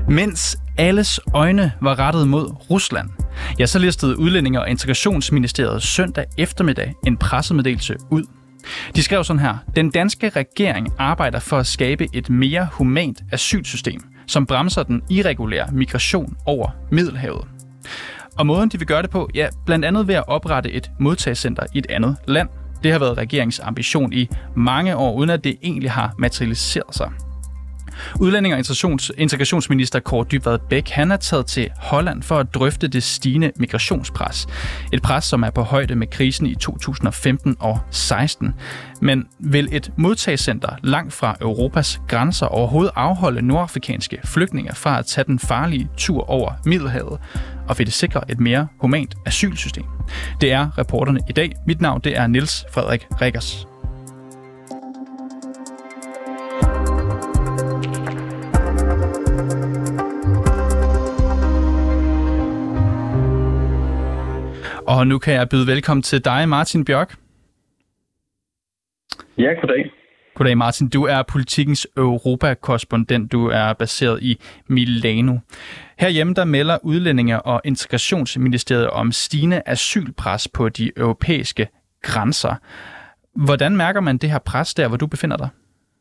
Mens alles øjne var rettet mod Rusland, ja, så listede Udlændinge- og Integrationsministeriet søndag eftermiddag en pressemeddelelse ud. De skrev sådan her: Den danske regering arbejder for at skabe et mere humant asylsystem, som bremser den irregulære migration over Middelhavet. Og måden de vil gøre det på, ja, blandt andet ved at oprette et modtagscenter i et andet land. Det har været regeringens ambition i mange år, uden at det egentlig har materialiseret sig. Udlændinge- og integrationsminister Kaare Dybvad Bek, han er taget til Holland for at drøfte det stigende migrationspres. Et pres, som er på højde med krisen i 2015 og 16. Men vil et modtagscenter langt fra Europas grænser overhovedet afholde nordafrikanske flygtninge fra at tage den farlige tur over Middelhavet? Og vil det sikre et mere humant asylsystem? Det er reporterne i dag. Mit navn, det er Niels Frederik Rikkers. Og nu kan jeg byde velkommen til dig, Martin Bjørk. Ja, goddag. Goddag, Martin. Du er Politikens Europa-korrespondent. Du er baseret i Milano. Herhjemme der melder Udlændinge- og Integrationsministeriet om stigende asylpres på de europæiske grænser. Hvordan mærker man det her pres der, hvor du befinder dig?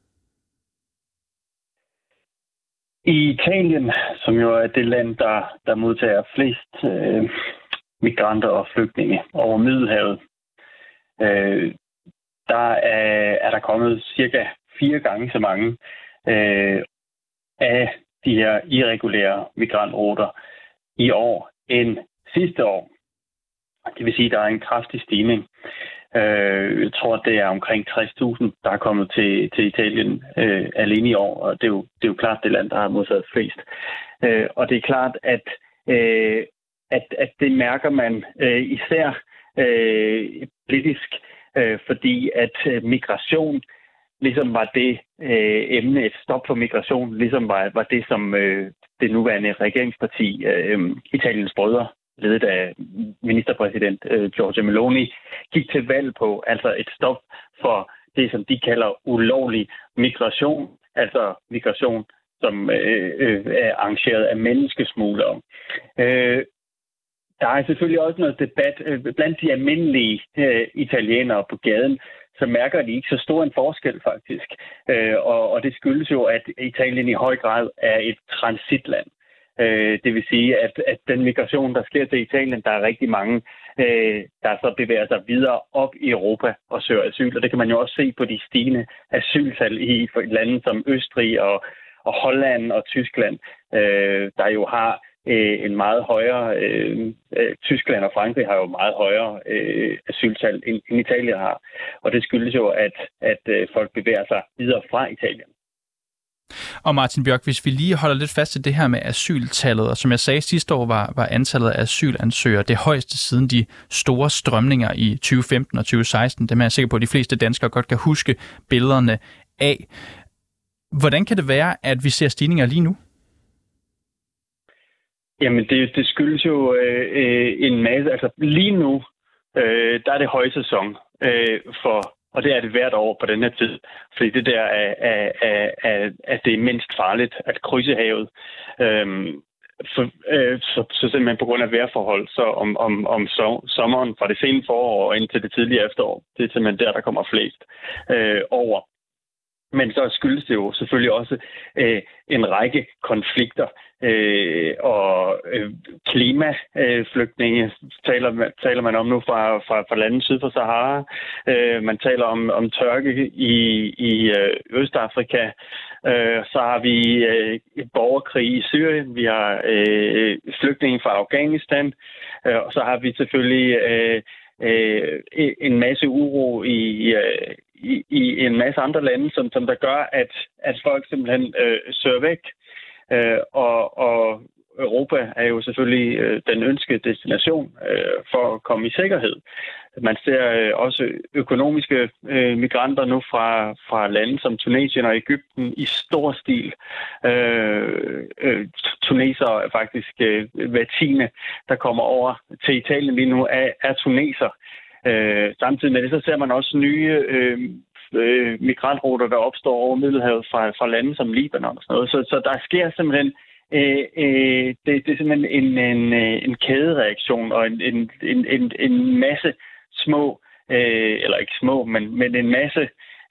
I Italien, som jo er det land, der modtager flest migranter og flygtninge over Middelhavet, der er der kommet cirka 4 gange så mange af de her irregulære migrantruter i år end sidste år. Det vil sige, at der er en kraftig stigning. Jeg tror, det er omkring 60.000, der er kommet til Italien alene i år, og det er jo klart det land, der har modtaget flest. Og det er klart, at det mærker man især politisk, fordi at migration ligesom var det emne, et stop for migration, ligesom var det, som det nuværende regeringsparti, Italiens Brødre, ledet af ministerpræsident Giorgia Meloni, gik til valg på, altså et stop for det, som de kalder ulovlig migration, altså migration, som er arrangeret af menneskesmuglere. Der er selvfølgelig også noget debat blandt de almindelige italienere på gaden, så mærker de ikke så stor en forskel faktisk. Og det skyldes jo, at Italien i høj grad er et transitland. Det vil sige, at den migration, der sker til Italien, der er rigtig mange, der så bevæger sig videre op i Europa og søger asyl. Og det kan man jo også se på de stigende asyltal i lande som Østrig og Holland og Tyskland, der jo har en meget højere, Tyskland og Frankrig har jo meget højere asyltal end Italien har. Og det skyldes jo, at folk bevæger sig videre fra Italien. Og Martin Bjørk, hvis vi lige holder lidt fast til det her med asyltallet, og som jeg sagde sidste år, var antallet af asylansøgere det højeste siden de store strømninger i 2015 og 2016. Dem er jeg sikker på, at de fleste danskere godt kan huske billederne af. Hvordan kan det være, at vi ser stigninger lige nu? Jamen, det skyldes jo en masse. Altså lige nu, der er det højsæson og det er det hvert år på den her tid. Fordi det der er det mindst farligt at krydse havet. Så simpelthen på grund af vejrforhold, så om sommeren fra det sene forår og indtil det tidlige efterår, det er simpelthen der kommer flest over. Men så skyldes det jo selvfølgelig også en række konflikter og klimaflygtninge taler man om nu fra lande syd for Sahara. Man taler om tørke i Østafrika. Så har vi et borgerkrig i Syrien. Vi har flygtninge fra Afghanistan. Og så har vi selvfølgelig en masse uro i en masse andre lande, som der gør, at folk simpelthen søger væk. Og Europa er jo selvfølgelig den ønskede destination for at komme i sikkerhed. Man ser også økonomiske migranter nu fra lande som Tunesien og Egypten i stor stil. Tuneser er faktisk hver 10. der kommer over til Italien lige nu er tuneser. Samtidig med det, så ser man også nye migrantruter, der opstår over Middelhavet fra lande som Libanon og sådan noget. Så der sker simpelthen det er simpelthen en kædereaktion og en masse små, eller ikke små, men en masse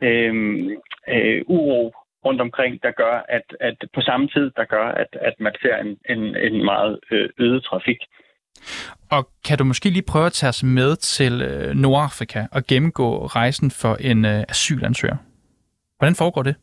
uro rundt omkring, der gør, at på samme tid, der gør, at man ser en meget øget trafik. Og kan du måske lige prøve at tage os med til Nordafrika og gennemgå rejsen for en asylansøger? Hvordan foregår det?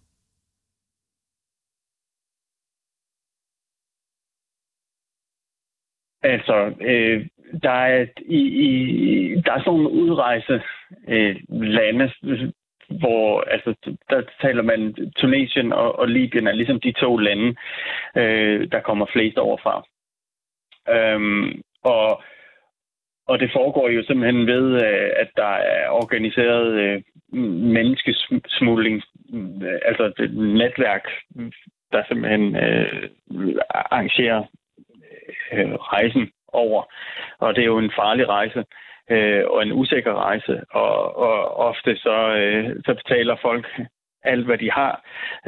Altså, der er sådan nogle udrejselande, hvor altså, der taler man Tunesien og Libyen er ligesom de to lande, der kommer flest overfra. Og det foregår jo simpelthen ved, at der er organiseret menneskesmugling, altså et netværk, der simpelthen arrangerer rejsen over. Og det er jo en farlig rejse og en usikker rejse, og ofte så betaler folk alt, hvad de har,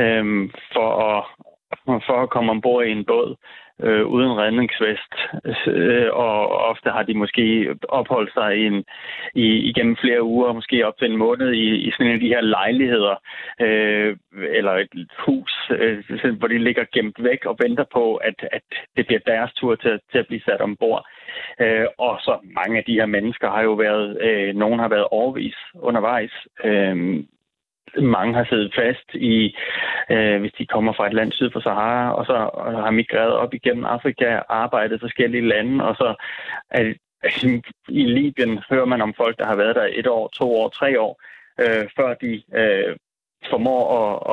for at komme ombord i en båd uden redningsvest, og ofte har de måske opholdt sig igennem flere uger, måske op til en måned i sådan en af de her lejligheder, eller et hus, hvor de ligger gemt væk og venter på, at det bliver deres tur til at blive sat ombord. Og så mange af de her mennesker har jo været, nogen har været årevis undervejs. Mange har siddet fast hvis de kommer fra et land syd for Sahara, og så har migreret op igennem Afrika, arbejdet i forskellige lande, og så i Libyen hører man om folk, der har været der 1 år, 2 år, 3 år, før de formår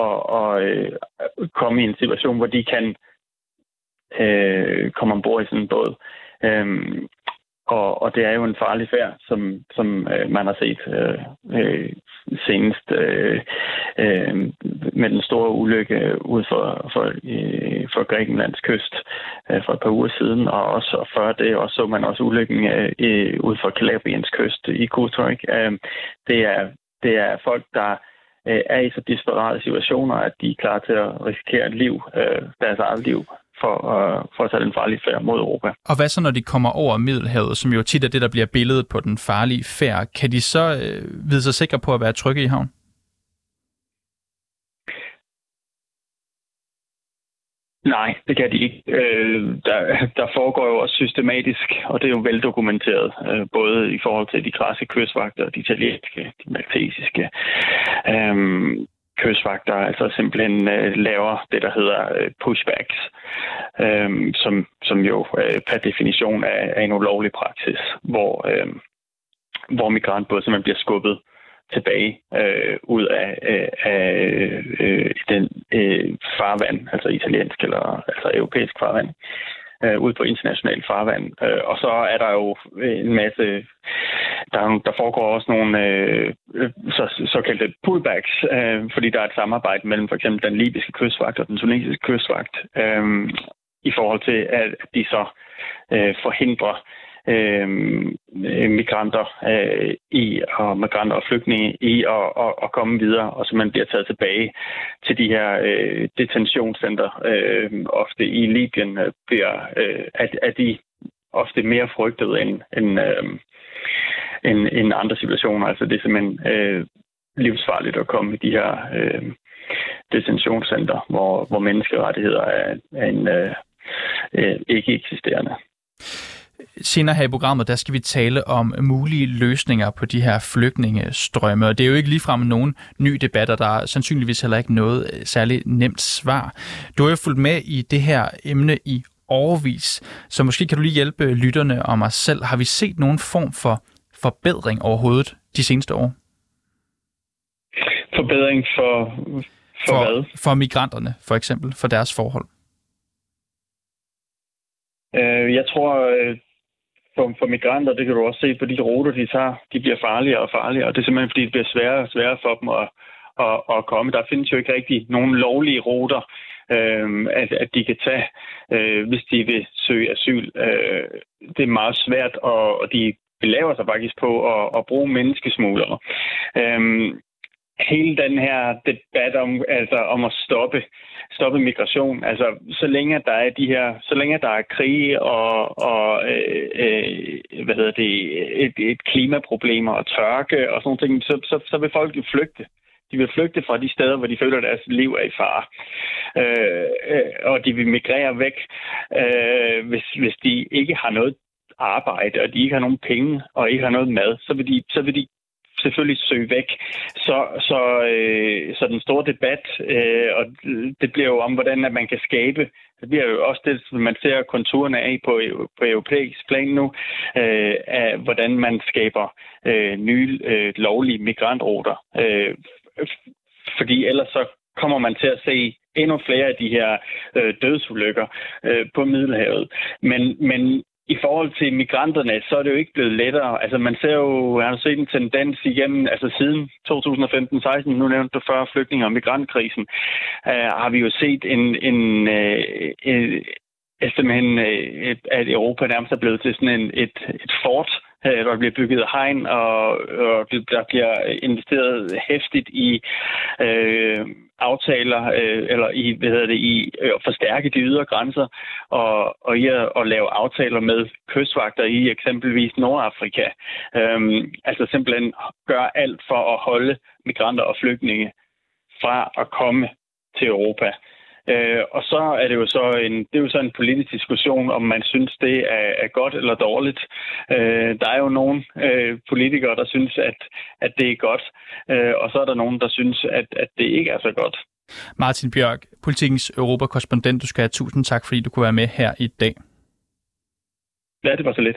at komme i en situation, hvor de kan komme ombord i sådan en båd. Og det er jo en farlig færd, som man har set senest med den store ulykke ud for Grækenlands kyst for et par uger siden, og også før det også så man også ulykken ud for Calabriens kyst i Kotorik. Det er folk, der er i så desperate situationer, at de er klar til at risikere et liv, deres eget liv, for at tage den farlige færd mod Europa. Og hvad så, når de kommer over Middelhavet, som jo tit er det, der bliver billedet på den farlige færd? Kan de så vide sig sikre på at være trygge i havn? Nej, det kan de ikke. Der foregår jo også systematisk, og det er jo veldokumenteret, både i forhold til de græske kystvagter, de italienske, de maltesiske kystvagter, altså simpelthen laver det, der hedder pushbacks, som jo per definition er en ulovlig praksis, hvor migrantbåde simpelthen bliver skubbet tilbage ud af den farvand, altså italiensk eller altså europæisk farvand, ud på international farvand. Og så er der jo en masse, der foregår også nogle såkaldte pullbacks, fordi der er et samarbejde mellem for eksempel den libyske kystvagt og den tunesiske kystvagt, i forhold til, at de så forhindrer migranter migranter og flygtninge i at komme videre, og så man bliver taget tilbage til de her detentionscenter. Ofte i Libyen er de ofte mere frygtet end andre situationer. Altså det er simpelthen livsfarligt at komme i de her detentionscenter, hvor menneskerettigheder er ikke eksisterende. Senere her i programmet, der skal vi tale om mulige løsninger på de her flygtningestrømme, og det er jo ikke ligefrem nogen ny debat, og der er sandsynligvis heller ikke noget særligt nemt svar. Du har jo fulgt med i det her emne i årevis, så måske kan du lige hjælpe lytterne og mig selv. Har vi set nogen form for forbedring overhovedet de seneste år? Forbedring for hvad? For migranterne, for eksempel, for deres forhold. Jeg tror, for migranter, det kan du også se på de ruter, de tager, de bliver farligere og farligere, og det er simpelthen, fordi det bliver sværere og sværere for dem at komme. Der findes jo ikke rigtig nogen lovlige ruter, at de kan tage, hvis de vil søge asyl. Det er meget svært, og de belaver sig faktisk på at bruge menneskesmuglere. hele den her debat om at stoppe migration. Altså, så længe der er krig og et klimaproblemer og tørke og sådan ting, så vil folk jo flygte. De vil flygte fra de steder, hvor de føler, at deres liv er i fare. Og de vil migrere væk, hvis de ikke har noget arbejde, og de ikke har nogen penge, og ikke har noget mad, så vil de selvfølgelig søge væk. Så den store debat, og det bliver jo om, hvordan at man kan skabe. Det bliver jo også det, man ser konturerne af på europæisk plan nu, af hvordan man skaber nye lovlige migrantruter. Fordi ellers så kommer man til at se endnu flere af de her dødsulykker på Middelhavet. Men i forhold til migranterne, så er det jo ikke blevet lettere. Altså man har set en tendens igennem, altså siden 2015-16, nu nævnte du før flygtninge- og migrantkrisen, har vi jo set at Europa nærmest er blevet til sådan et fort. Der bliver bygget hegn, og der bliver investeret hæftigt i aftaler, eller i at forstærke de ydre grænser, og i at lave aftaler med kystvagter i eksempelvis Nordafrika. Altså simpelthen gøre alt for at holde migranter og flygtninge fra at komme til Europa. Og så er det jo så en politisk diskussion, om man synes, det er godt eller dårligt. Der er jo nogle politikere, der synes, at det er godt, og så er der nogen, der synes, at det ikke er så godt. Martin Bjørk, Politikens Europakorrespondent, du skal have tusind tak, fordi du kunne være med her i dag. Ja, det var så lidt.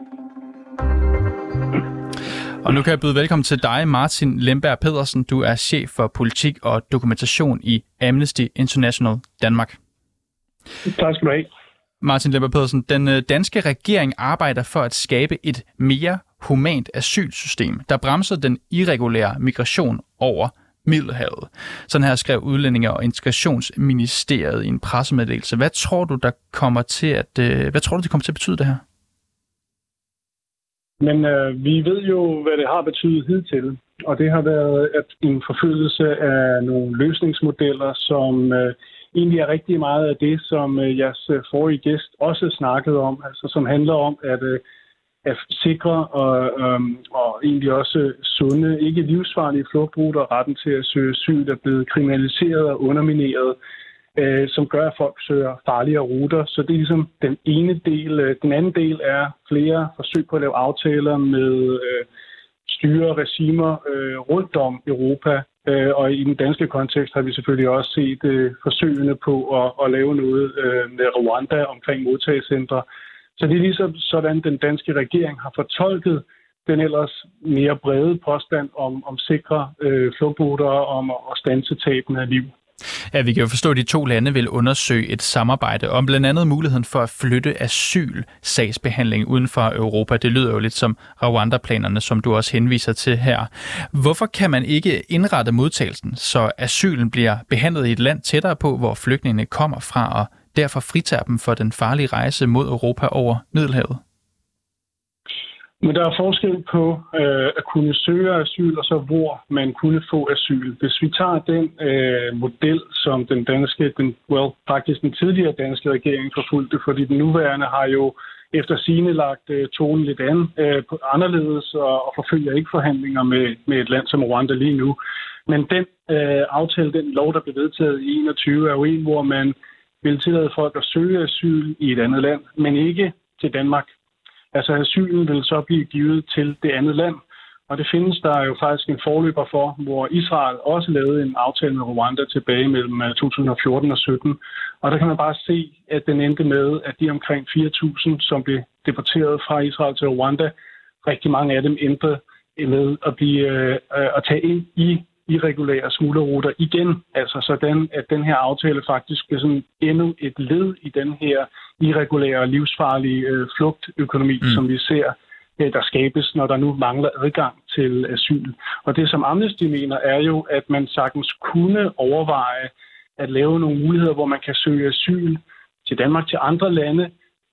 Og nu kan jeg byde velkommen til dig, Martin Lemberg Pedersen. Du er chef for politik og dokumentation i Amnesty International Danmark. Tak skal du have. Martin Lemberg Pedersen, den danske regering arbejder for at skabe et mere humant asylsystem, der bremser den irregulære migration over Middelhavet. Sådan her skrev Udlændinge- og Integrationsministeriet i en pressemeddelelse. Hvad tror du, det kommer til at betyde det her? Men vi ved jo, hvad det har betydet hidtil, og det har været en forfølgelse af nogle løsningsmodeller, som egentlig er rigtig meget af det, som jeres forrige gæst også snakkede om, altså som handler om at sikre og egentlig også sunde, ikke livsfarlige flugtruter, retten til at søge asyl er blevet kriminaliseret og undermineret, som gør, at folk søger farligere ruter. Så det er ligesom den ene del. Den anden del er flere forsøg på at lave aftaler med styre og regimer rundt om Europa. Og i den danske kontekst har vi selvfølgelig også set forsøgene på at lave noget med Rwanda omkring modtagecentre. Så det er ligesom sådan, den danske regering har fortolket den ellers mere brede påstand om sikre flugtruter og om at standse tabene af liv. Ja, vi kan jo forstå, at de to lande vil undersøge et samarbejde om blandt andet muligheden for at flytte asylsagsbehandling uden for Europa. Det lyder jo lidt som Rwanda-planerne, som du også henviser til her. Hvorfor kan man ikke indrette modtagelsen, så asylen bliver behandlet i et land tættere på, hvor flygtningene kommer fra, og derfor fritager dem for den farlige rejse mod Europa over Middelhavet? Men der er forskel på at kunne søge asyl, og så hvor man kunne få asyl. Hvis vi tager den model, som faktisk den tidligere danske regering forfulgte, fordi den nuværende har jo efter sigende lagt tonen lidt anderledes og forfølger ikke forhandlinger med et land som Rwanda lige nu. Men den aftale, den lov, der blev vedtaget i 21, er jo en, hvor man vil tillade folk at søge asyl i et andet land, men ikke til Danmark. Altså asylen vil så blive givet til det andet land, og det findes der jo faktisk en forløber for, hvor Israel også lavede en aftale med Rwanda tilbage mellem 2014 og 2017. Og der kan man bare se, at den endte med, at de omkring 4.000, som blev deporteret fra Israel til Rwanda, rigtig mange af dem endte med at tage ind i irregulære smuglerruter igen. Altså sådan, at den her aftale faktisk bliver sådan endnu et led i den her irregulære livsfarlige flugtøkonomi, som vi ser, der skabes, når der nu mangler adgang til asyl. Og det, som Amnesty mener, er jo, at man sagtens kunne overveje at lave nogle muligheder, hvor man kan søge asyl til Danmark, til andre lande,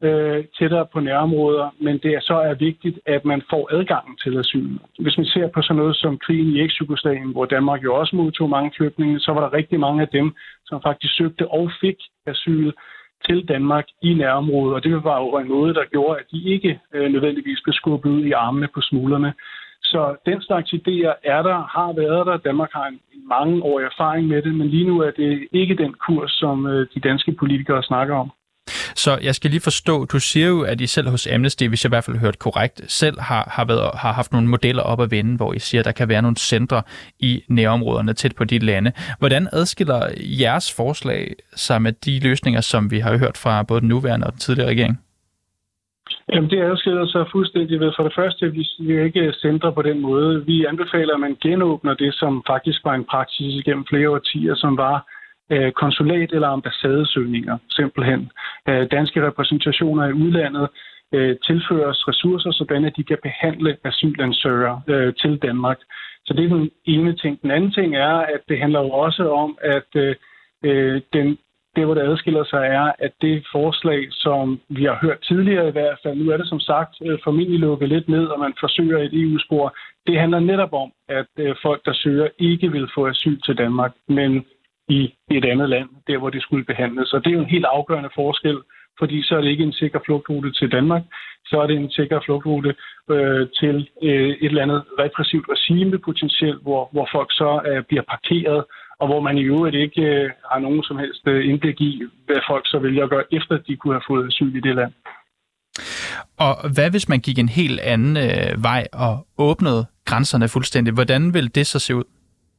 tættere på nærområder, men det så er vigtigt, at man får adgangen til asyl. Hvis man ser på sådan noget som krigen i eks-Jugoslavien, hvor Danmark jo også modtog mange flygtninge, så var der rigtig mange af dem, som faktisk søgte og fik asyl til Danmark i nærområdet, og det var jo en måde, der gjorde, at de ikke nødvendigvis blev skubbet ud i armene på smuglerne. Så den slags idéer har været der. Danmark har en mangeårig erfaring med det, men lige nu er det ikke den kurs, som de danske politikere snakker om. Så jeg skal lige forstå, du siger jo, at I selv hos Amnesty, hvis jeg i hvert fald hørte korrekt, selv har haft nogle modeller op at vende, hvor I siger, at der kan være nogle centre i nærområderne tæt på de lande. Hvordan adskiller jeres forslag sig med de løsninger, som vi har hørt fra både den nuværende og den tidligere regering? Jamen, det adskiller sig fuldstændig ved. For det første, vi ikke centre på den måde. Vi anbefaler, at man genåbner det, som faktisk var en praksis igennem flere årtier, som var konsulat- eller ambassadesøgninger, simpelthen. Danske repræsentationer i udlandet tilføres ressourcer, sådan at de kan behandle asylansøgere til Danmark. Så det er den ene ting. Den anden ting er, at det handler jo også om, at det, hvor det adskiller sig, er, at det forslag, som vi har hørt tidligere i hvert fald, nu er det som sagt formentlig lukket lidt ned, og man forsøger et EU-spor. Det handler netop om, at folk, der søger, ikke vil få asyl til Danmark, men i et andet land, der hvor det skulle behandles. Så det er jo en helt afgørende forskel, fordi så er det ikke en sikker flugtrute til Danmark, så er det en sikker flugtrute til et eller andet repressivt regime potentielt, hvor folk så bliver parkeret, og hvor man i øvrigt ikke har nogen som helst indblik i, hvad folk så vælger at gøre, efter at de kunne have fået asyl i det land. Og hvad hvis man gik en helt anden vej og åbnede grænserne fuldstændig? Hvordan vil det så se ud?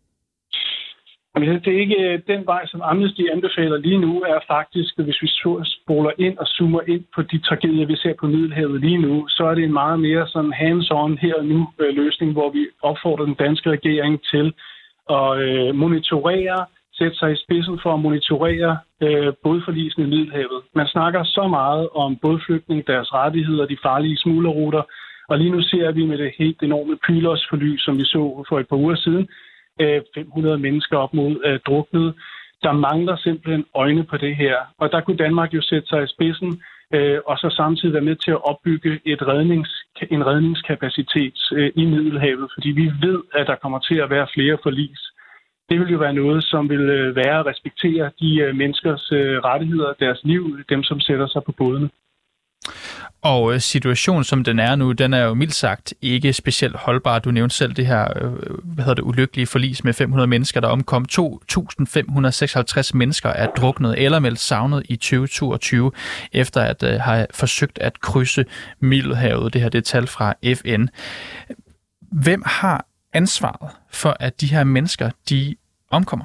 Det er ikke den vej, som Amnesty anbefaler lige nu, er faktisk, hvis vi spoler ind og zoomer ind på de tragedier, vi ser på Middelhavet lige nu, så er det en meget mere sådan hands-on her og nu løsning, hvor vi opfordrer den danske regering til at monitorere, sætte sig i spidsen for at monitorere bådforlisen i Middelhavet. Man snakker så meget om bådflygtninge, deres rettigheder, de farlige smuglerruter, og lige nu ser vi med det helt enorme Pylos-forlys, som vi så for et par uger siden, 500 mennesker op mod druknede. Der mangler simpelthen øjne på det her. Og der kunne Danmark jo sætte sig i spidsen, og så samtidig være med til at opbygge en redningskapacitet i Middelhavet, fordi vi ved, at der kommer til at være flere forlis. Det vil jo være noget, som vil være at respektere de menneskers rettigheder, deres liv, dem som sætter sig på bådene. Og situationen, som den er nu, den er jo mildt sagt ikke specielt holdbar. Du nævnte selv det her ulykkelige forlis med 500 mennesker, der omkom. 2.556 mennesker er druknet eller meldt savnet i 2022, efter at have forsøgt at krydse Middelhavet. Det her det er tal fra FN. Hvem har ansvaret for, at de her mennesker, de omkommer?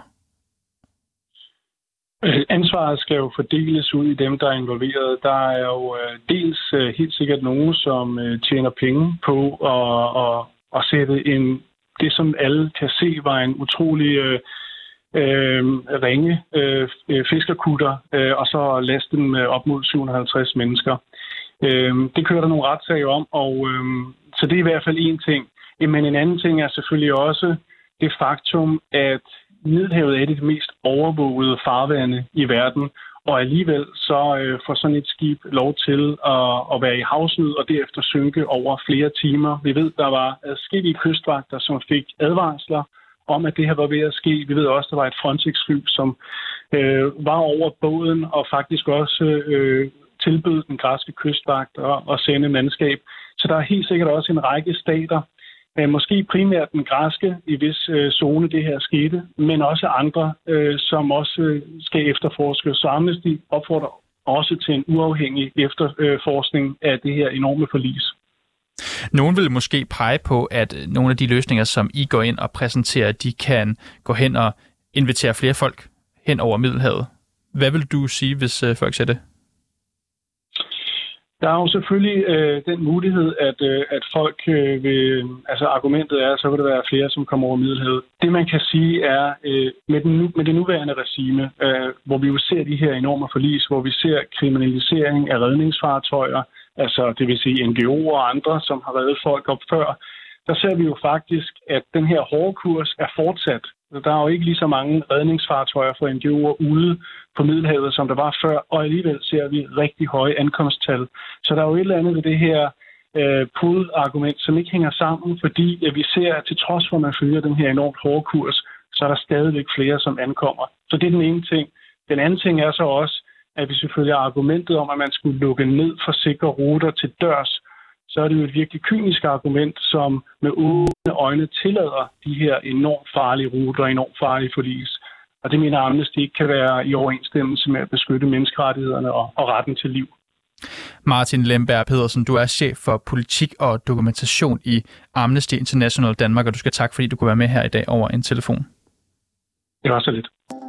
Ansvaret skal jo fordeles ud i dem, der er involveret. Der er jo dels helt sikkert nogen, som tjener penge på at sætte det, som alle kan se, var en utrolig ringe fiskerkutter, og så laste dem op mod 750 mennesker. Det kører der nogle retssager om, og så det er i hvert fald en ting. Men en anden ting er selvfølgelig også det faktum, at Middelhavet er et af de mest overvågede farvande i verden, og alligevel så får sådan et skib lov til at være i havsnød og derefter synke over flere timer. Vi ved, der var adskillige kystvagter, som fik advarsler om, at det her var ved at ske. Vi ved også, der var et Frontex-fly, som var over båden og faktisk også tilbød den græske kystvagt at sende mandskab. Så der er helt sikkert også en række stater, måske primært den græske, i hvis zone det her skete, men også andre, som også skal efterforske. Så Amnesty opfordrer også til en uafhængig efterforskning af det her enorme forlis. Nogen vil måske pege på, at nogle af de løsninger, som I går ind og præsenterer, de kan gå hen og invitere flere folk hen over Middelhavet. Hvad vil du sige, hvis folk siger det? Der er jo selvfølgelig den mulighed, at folk vil... Altså argumentet er, så vil der være flere, som kommer over Middelhavet. Det man kan sige er, med det nuværende regime, hvor vi jo ser de her enorme forlis, hvor vi ser kriminalisering af redningsfartøjer, altså det vil sige NGO'er og andre, som har reddet folk op før, der ser vi jo faktisk, at den her hårde kurs er fortsat Der er jo ikke lige så mange redningsfartøjer for NGO'er ude på Middelhavet, som der var før, og alligevel ser vi rigtig høje ankomsttal. Så der er jo et eller andet ved det her pull-argument, som ikke hænger sammen, fordi vi ser, at til trods for, at man følger den her enormt hårde kurs, så er der stadigvæk flere, som ankommer. Så det er den ene ting. Den anden ting er så også, at hvis vi følger argumentet om, at man skulle lukke ned for sikre ruter til dørs, så er det jo et virkelig kynisk argument, som med åbne øjne tillader de her enormt farlige ruter og enormt farlige forlis. Og det mener Amnesty ikke kan være i overensstemmelse med at beskytte menneskerettighederne og retten til liv. Martin Lemberg Pedersen, du er chef for politik og dokumentation i Amnesty International Danmark, og du skal tak, fordi du kunne være med her i dag over en telefon. Det var så lidt.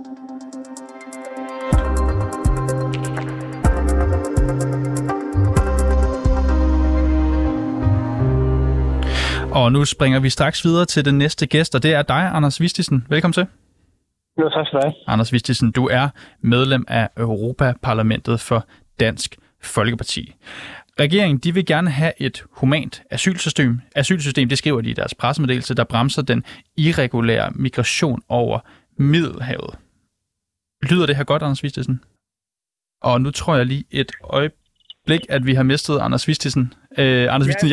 Og nu springer vi straks videre til den næste gæst, og det er dig, Anders Vistisen. Velkommen til. Jo, tak skal du have. Anders Vistisen, du er medlem af Europaparlamentet for Dansk Folkeparti. Regeringen, de vil gerne have et humant asylsystem. Asylsystem, det skriver de i deres pressemeddelelse, der bremser den irregulære migration over Middelhavet. Lyder det her godt, Anders Vistisen? Og nu tror jeg lige et øjeblik, at vi har mistet Anders Vistisen. Anders Vistisen,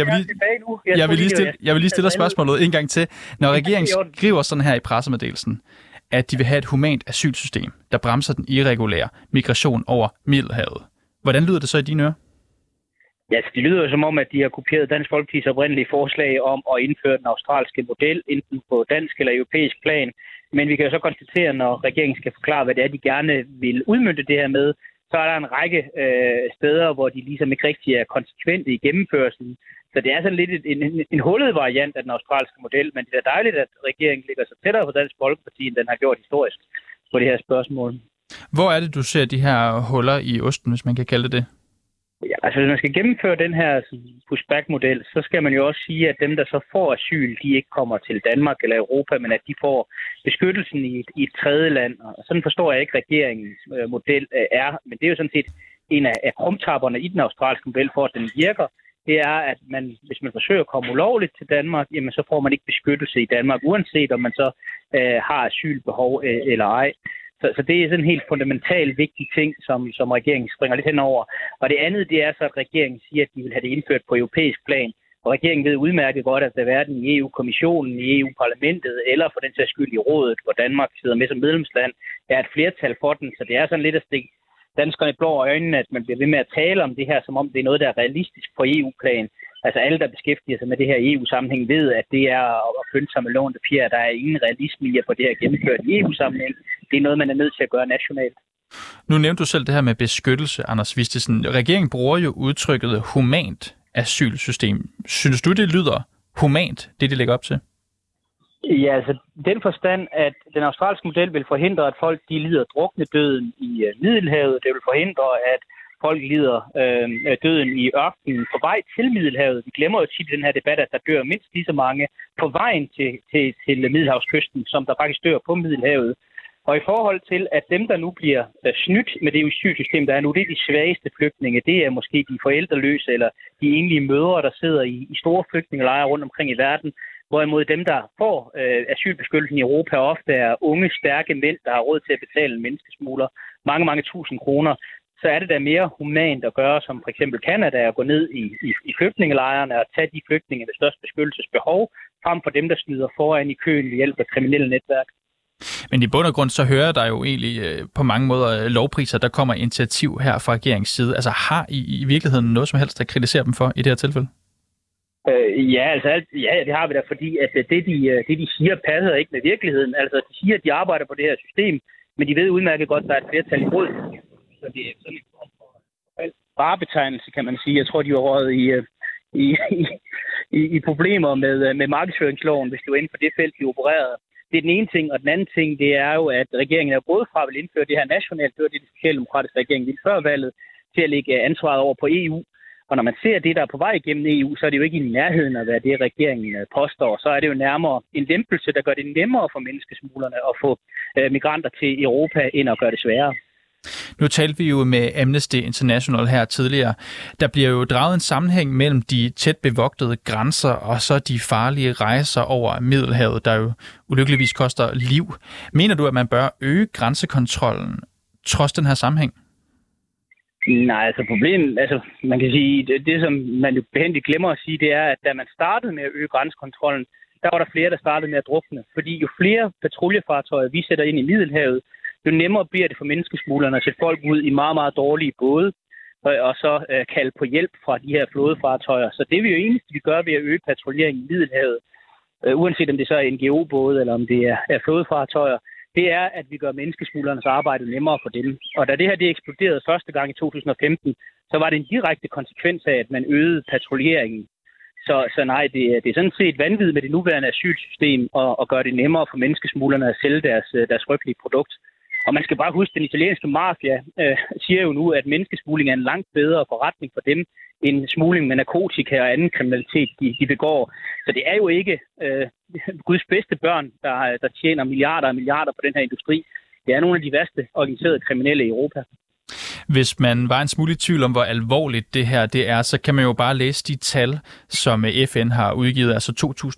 jeg vil lige stille spørgsmålet en gang til. Når regeringen skriver sådan her i pressemeddelelsen, at de vil have et humant asylsystem, der bremser den irregulære migration over Middelhavet. Hvordan lyder det så i dine ører? Ja, det lyder jo som om, at de har kopieret Dansk Folkepartis oprindelige forslag om at indføre den australske model, enten på dansk eller europæisk plan. Men vi kan jo så konstatere, når regeringen skal forklare, hvad det er, de gerne vil udmønte det her med, så er der en række steder, hvor de ligesom ikke rigtig er konsekvente i gennemførelsen. Så det er sådan lidt en hullet variant af den australske model, men det er dejligt, at regeringen ligger så tættere på Dansk Folkeparti, end den har gjort historisk på det her spørgsmål. Hvor er det, du ser de her huller i osten, hvis man kan kalde det? Ja, altså hvis man skal gennemføre den her pushback-model, så skal man jo også sige, at dem, der så får asyl, de ikke kommer til Danmark eller Europa, men at de får beskyttelsen i et tredje land. Og sådan forstår jeg ikke, regeringens model er. Men det er jo sådan set en af krumtapperne i den australske model for, at den virker. Det er, at hvis man forsøger at komme ulovligt til Danmark, jamen så får man ikke beskyttelse i Danmark, uanset om man så har asylbehov eller ej. Så det er sådan en helt fundamentalt vigtig ting, som regeringen springer lidt henover. Og det andet, det er så, at regeringen siger, at de vil have det indført på europæisk plan. Og regeringen ved udmærket godt, at der hverken i EU-kommissionen, i EU-parlamentet eller for den sags skyld i rådet, hvor Danmark sidder med som medlemsland, er et flertal for den. Så det er sådan lidt at stikke danskerne i blå øjnene, at man bliver ved med at tale om det her, som om det er noget, der er realistisk på EU-plan. Altså alle, der beskæftiger sig med det her EU-sammenhæng, ved, at det er at pynte sig med lånte fjer. Der er ingen realisme i at få det her gennemført i EU-sammenhæng. Det er noget, man er nødt til at gøre nationalt. Nu nævnte du selv det her med beskyttelse, Anders Vistisen. Regeringen bruger jo udtrykket humant asylsystem. Synes du, det lyder humant, det de lægger op til? Ja, altså den forstand, at den australske model vil forhindre, at folk de lider druknedøden i Middelhavet. Det vil forhindre, at folk lider døden i ørkenen på vej til Middelhavet. Vi glemmer jo tit i den her debat, at der dør mindst lige så mange på vejen til Middelhavskysten, som der faktisk dør på Middelhavet. Og i forhold til, at dem, der nu bliver snydt med det asylsystem, der er nu, det er de svageste flygtninge. Det er måske de forældreløse eller de enlige mødre, der sidder i store flygtningelejre rundt omkring i verden. Hvorimod dem, der får asylbeskyttelsen i Europa, ofte er unge, stærke mænd, der har råd til at betale en menneskesmugler mange tusind kroner. Så er det da mere humant at gøre, som for eksempel Canada, at gå ned i flygtningelejrene og tage de flygtninge med størst beskyttelsesbehov, frem for dem, der snyder foran i køen ved hjælp af kriminelle netværk. Men i bund og grund, så hører der jo egentlig på mange måder lovpriser, der kommer initiativ her fra regeringens side. Altså har I virkeligheden noget som helst at kritisere dem for i det her tilfælde? Ja, det har vi da, fordi at det de siger passer ikke med virkeligheden. Altså de siger, at de arbejder på det her system, men de ved udmærket godt, at der er et flertal imod. Så det er sådan en varebetegnelse, kan man sige. Jeg tror, de var røget i problemer med markedsføringsloven, hvis det var inden for det felt, de opererede. Det er den ene ting, og den anden ting, det er jo, at regeringen er gået fra at vil indføre det her nationalt, det var det, socialdemokratiske regering ville før valget, til at lægge ansvaret over på EU. Og når man ser det, der er på vej igennem EU, så er det jo ikke i nærheden af, hvad det regeringen påstår. Så er det jo nærmere en lempelse, der gør det nemmere for menneskesmuglerne at få migranter til Europa, end at gøre det sværere. Nu talte vi jo med Amnesty International her tidligere. Der bliver jo draget en sammenhæng mellem de tæt bevogtede grænser og så de farlige rejser over Middelhavet, der jo ulykkeligvis koster liv. Mener du, at man bør øge grænsekontrollen trods den her sammenhæng? Nej, altså problemet, man kan sige, det som man jo behendigt glemmer at sige, det er, at da man startede med at øge grænsekontrollen, der var der flere, der startede med at drukne. Fordi jo flere patruljefartøjer vi sætter ind i Middelhavet, jo nemmere bliver det for menneskesmuglerne at sætte folk ud i meget, meget dårlige både, og så kalde på hjælp fra de her flådefartøjer. Så det er vi jo eneste, vi gør ved at øge patruljeringen i Middelhavet, uanset om det så er NGO-både eller om det er flådefartøjer, det er, at vi gør menneskesmuglernes arbejde nemmere for dem. Og da det her det eksploderede første gang i 2015, så var det en direkte konsekvens af, at man øgede patruljeringen. Så nej, det er sådan set vanvittigt med det nuværende asylsystem og gøre det nemmere for menneskesmuglerne at sælge deres frygtelige produkt. Og man skal bare huske, at den italienske mafia siger jo nu, at menneskesmugling er en langt bedre forretning for dem, end smugling med narkotika og anden kriminalitet, de begår. Så det er jo ikke Guds bedste børn, der tjener milliarder og milliarder på den her industri. Det er nogle af de værste organiserede kriminelle i Europa. Hvis man var en smule i tvivl om, hvor alvorligt det her det er, så kan man jo bare læse de tal, som FN har udgivet. Altså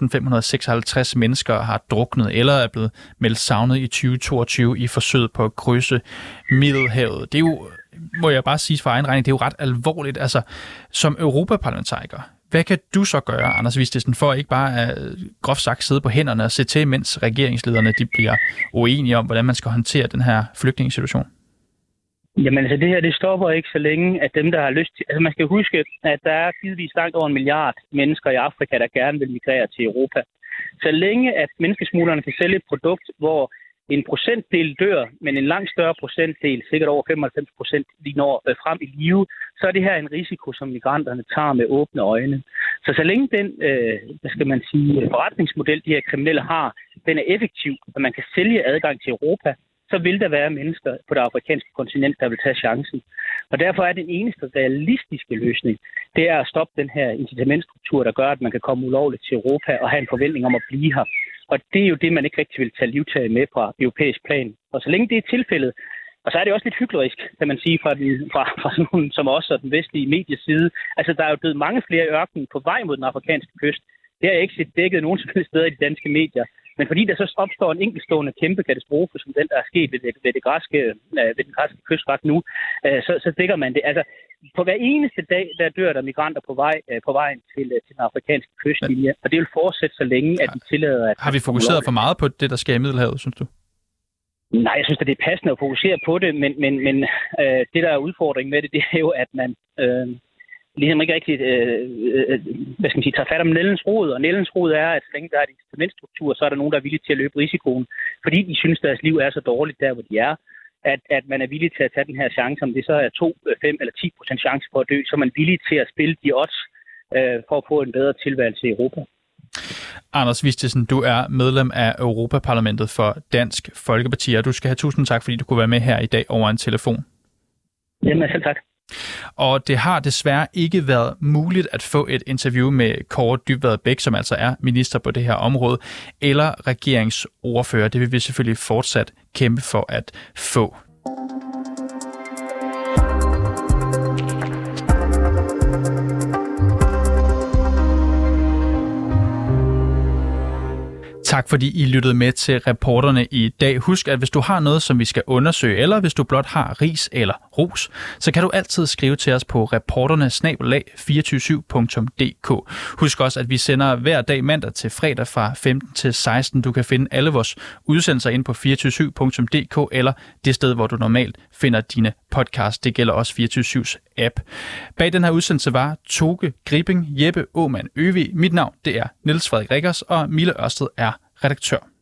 2.556 mennesker har druknet eller er blevet meldt savnet i 2022 i forsøget på at krydse Middelhavet. Det er jo, må jeg bare sige for egen regning, det er jo ret alvorligt. Altså, som europaparlamentariker, hvad kan du så gøre, Anders Vistisen, for ikke bare groft sagt sidde på hænderne og se til, mens regeringslederne de bliver uenige om, hvordan man skal håndtere den her flygtningesituation? Jamen det her, det stopper ikke så længe, at dem, der har lyst til... Altså man skal huske, at der er givetvis langt over 1 milliard mennesker i Afrika, der gerne vil migrere til Europa. Så længe, at menneskesmuglerne kan sælge et produkt, hvor en procentdel dør, men en langt større procentdel, sikkert over 95%, lige når frem i live, så er det her en risiko, som migranterne tager med åbne øjne. Så længe den, forretningsmodel, de her kriminelle har, den er effektiv, og man kan sælge adgang til Europa, så vil der være mennesker på det afrikanske kontinent, der vil tage chancen. Og derfor er den eneste realistiske løsning, det er at stoppe den her incitamentstruktur, der gør, at man kan komme ulovligt til Europa og have en forventning om at blive her. Og det er jo det, man ikke rigtig vil tage livtag med fra europæisk plan. Og så længe det er tilfældet, og så er det også lidt hyklerisk, kan man sige, fra sådan nogen som os og den vestlige medieside. Altså, der er jo blevet mange flere ørken på vej mod den afrikanske kyst. Det har jeg ikke set dækket nogen som helst steder i de danske medier. Men fordi der så opstår en enkeltstående kæmpe katastrofe, som den, der er sket ved den græske kystvagt nu, så dækker man det. Altså, på hver eneste dag, der dør der migranter på vejen til den afrikanske kystlinje, og det vil fortsætte så længe, at vi tillader... At har vi fokuseret for meget på det, der sker i Middelhavet, synes du? Nej, jeg synes, at det er passende at fokusere på det, men det, der er udfordringen med det er jo, at man... ligesom ikke rigtig tager fat om nældens rod, og nældens rod er, at så længe der er en incitamentstruktur, så er der nogen, der er villige til at løbe risikoen, fordi de synes, at deres liv er så dårligt der, hvor de er, at man er villig til at tage den her chance, om det så er 2, 5 eller 10% chance for at dø, så er man villig til at spille de odds for at få en bedre tilværelse i Europa. Anders Vistisen, du er medlem af Europaparlamentet for Dansk Folkeparti, og du skal have tusind tak, fordi du kunne være med her i dag over en telefon. Jamen, selv tak. Og det har desværre ikke været muligt at få et interview med Kaare Dybvad Bek, som altså er minister på det her område, eller regeringsordfører. Det vil vi selvfølgelig fortsat kæmpe for at få. Tak fordi I lyttede med til reporterne i dag. Husk, at hvis du har noget, som vi skal undersøge, eller hvis du blot har ris eller ros, så kan du altid skrive til os på reporterne@247.dk. Husk også, at vi sender hver dag mandag til fredag fra 15 til 16. Du kan finde alle vores udsendelser inde på 247.dk eller det sted, hvor du normalt finder dine podcasts. Det gælder også 24/7's app. Bag den her udsendelse var Toge Gripping, Jeppe Aumann Øvig. Mit navn det er Niels Frederik Rikkers, og Mille Ørsted er redaktør.